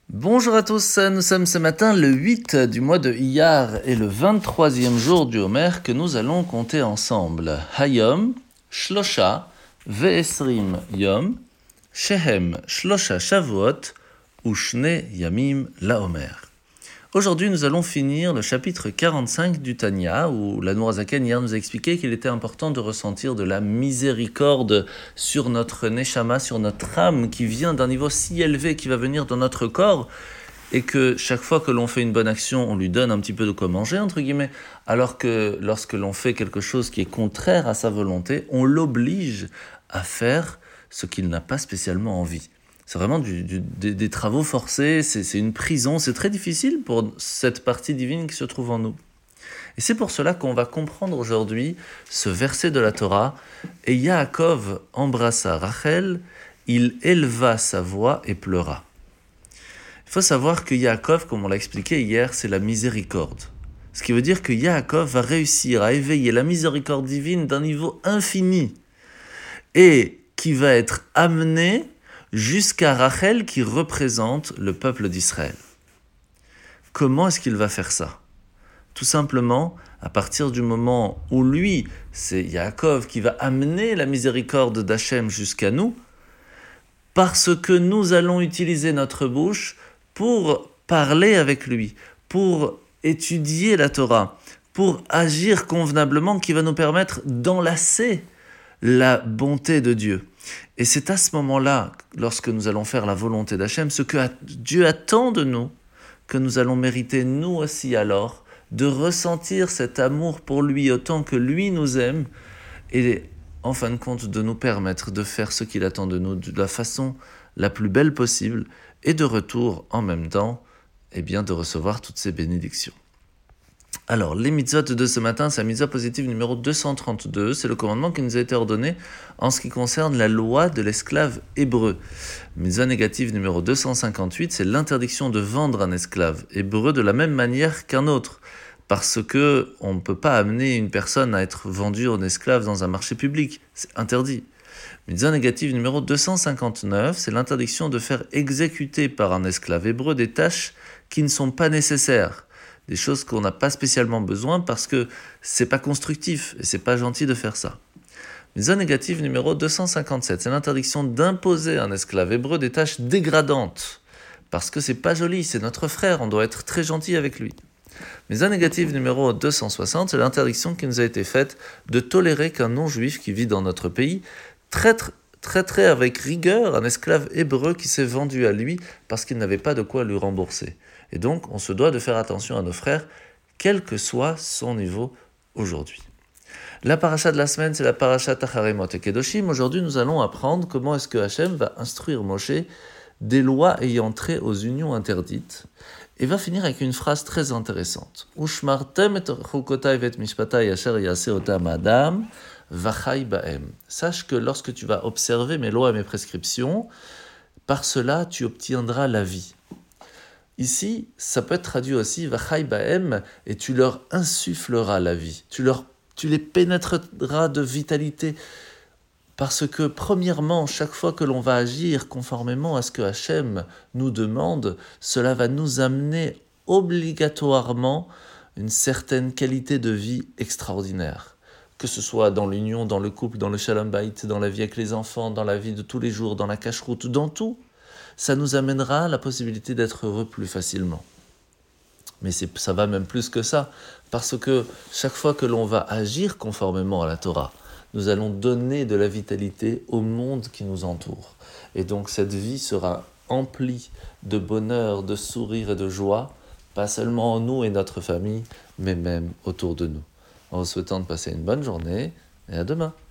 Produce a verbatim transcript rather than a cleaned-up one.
Bonjour à tous, nous sommes ce matin le huit du mois de Iyar et le vingt-troisième jour du Homer que nous allons compter ensemble. Hayom, Shlosha, Ve'esrim Yom, Shehem, Shlosha Shavuot, Ushne Yamim La Homer. Aujourd'hui, nous allons finir le chapitre quarante-cinq du Tanya, où l'Admour HaZaken hier nous a expliqué qu'il était important de ressentir de la miséricorde sur notre neshama, sur notre âme, qui vient d'un niveau si élevé, qui va venir dans notre corps, et que chaque fois que l'on fait une bonne action, on lui donne un petit peu de quoi manger, entre guillemets, alors que lorsque l'on fait quelque chose qui est contraire à sa volonté, on l'oblige à faire ce qu'il n'a pas spécialement envie. C'est vraiment du, du, des, des travaux forcés, c'est, c'est une prison, c'est très difficile pour cette partie divine qui se trouve en nous. Et c'est pour cela qu'on va comprendre aujourd'hui ce verset de la Torah. Et Yaakov embrassa Rachel, il éleva sa voix et pleura. Il faut savoir que Yaakov, comme on l'a expliqué hier, c'est la miséricorde. Ce qui veut dire que Yaakov va réussir à éveiller la miséricorde divine d'un niveau infini et qui va être amené jusqu'à Rachel qui représente le peuple d'Israël. Comment est-ce qu'il va faire ça ? Tout simplement, à partir du moment où lui, c'est Yaakov qui va amener la miséricorde d'Hachem jusqu'à nous, parce que nous allons utiliser notre bouche pour parler avec lui, pour étudier la Torah, pour agir convenablement, qui va nous permettre d'enlacer la bonté de Dieu. Et c'est à ce moment-là, lorsque nous allons faire la volonté d'Hachem, ce que Dieu attend de nous, que nous allons mériter nous aussi alors, de ressentir cet amour pour lui autant que lui nous aime, et en fin de compte de nous permettre de faire ce qu'il attend de nous de la façon la plus belle possible, et de retour en même temps, eh bien de recevoir toutes ces bénédictions. Alors, les mitzvot de ce matin, c'est la mitzvah positive numéro deux cent trente-deux, c'est le commandement qui nous a été ordonné en ce qui concerne la loi de l'esclave hébreu. Mitzvah négative numéro deux cent cinquante-huit, c'est l'interdiction de vendre un esclave hébreu de la même manière qu'un autre, parce que on ne peut pas amener une personne à être vendue en esclave dans un marché public, c'est interdit. Mitzvah négative numéro deux cent cinquante-neuf, c'est l'interdiction de faire exécuter par un esclave hébreu des tâches qui ne sont pas nécessaires. Des choses qu'on n'a pas spécialement besoin parce que c'est pas constructif et c'est pas gentil de faire ça. Mitzvah négative numéro deux cent cinquante-sept, c'est l'interdiction d'imposer à un esclave hébreu des tâches dégradantes parce que c'est pas joli, c'est notre frère, on doit être très gentil avec lui. Mitzvah négative numéro deux cent soixante, c'est l'interdiction qui nous a été faite de tolérer qu'un non-juif qui vit dans notre pays traite traiterait avec rigueur un esclave hébreu qui s'est vendu à lui parce qu'il n'avait pas de quoi lui rembourser. Et donc, on se doit de faire attention à nos frères, quel que soit son niveau aujourd'hui. La paracha de la semaine, c'est la paracha Tacharemot et Kedoshim. Aujourd'hui, nous allons apprendre comment est-ce que Hachem va instruire Moshe des lois ayant trait aux unions interdites. Et va finir avec une phrase très intéressante. Ushmartem et chukotai vet mishpatai asher yaseh otam adam vachai baem. Sache que lorsque tu vas observer mes lois et mes prescriptions, par cela tu obtiendras la vie. Ici, ça peut être traduit aussi vachai baem et tu leur insuffleras la vie. Tu leur, tu les pénétreras de vitalité. Parce que, premièrement, chaque fois que l'on va agir conformément à ce que Hachem nous demande, cela va nous amener obligatoirement une certaine qualité de vie extraordinaire. Que ce soit dans l'union, dans le couple, dans le shalom bayit, dans la vie avec les enfants, dans la vie de tous les jours, dans la cacheroute, dans tout, ça nous amènera la possibilité d'être heureux plus facilement. Mais c'est, ça va même plus que ça, parce que chaque fois que l'on va agir conformément à la Torah, nous allons donner de la vitalité au monde qui nous entoure. Et donc cette vie sera emplie de bonheur, de sourire et de joie, pas seulement en nous et notre famille, mais même autour de nous. En vous souhaitant de passer une bonne journée, et à demain.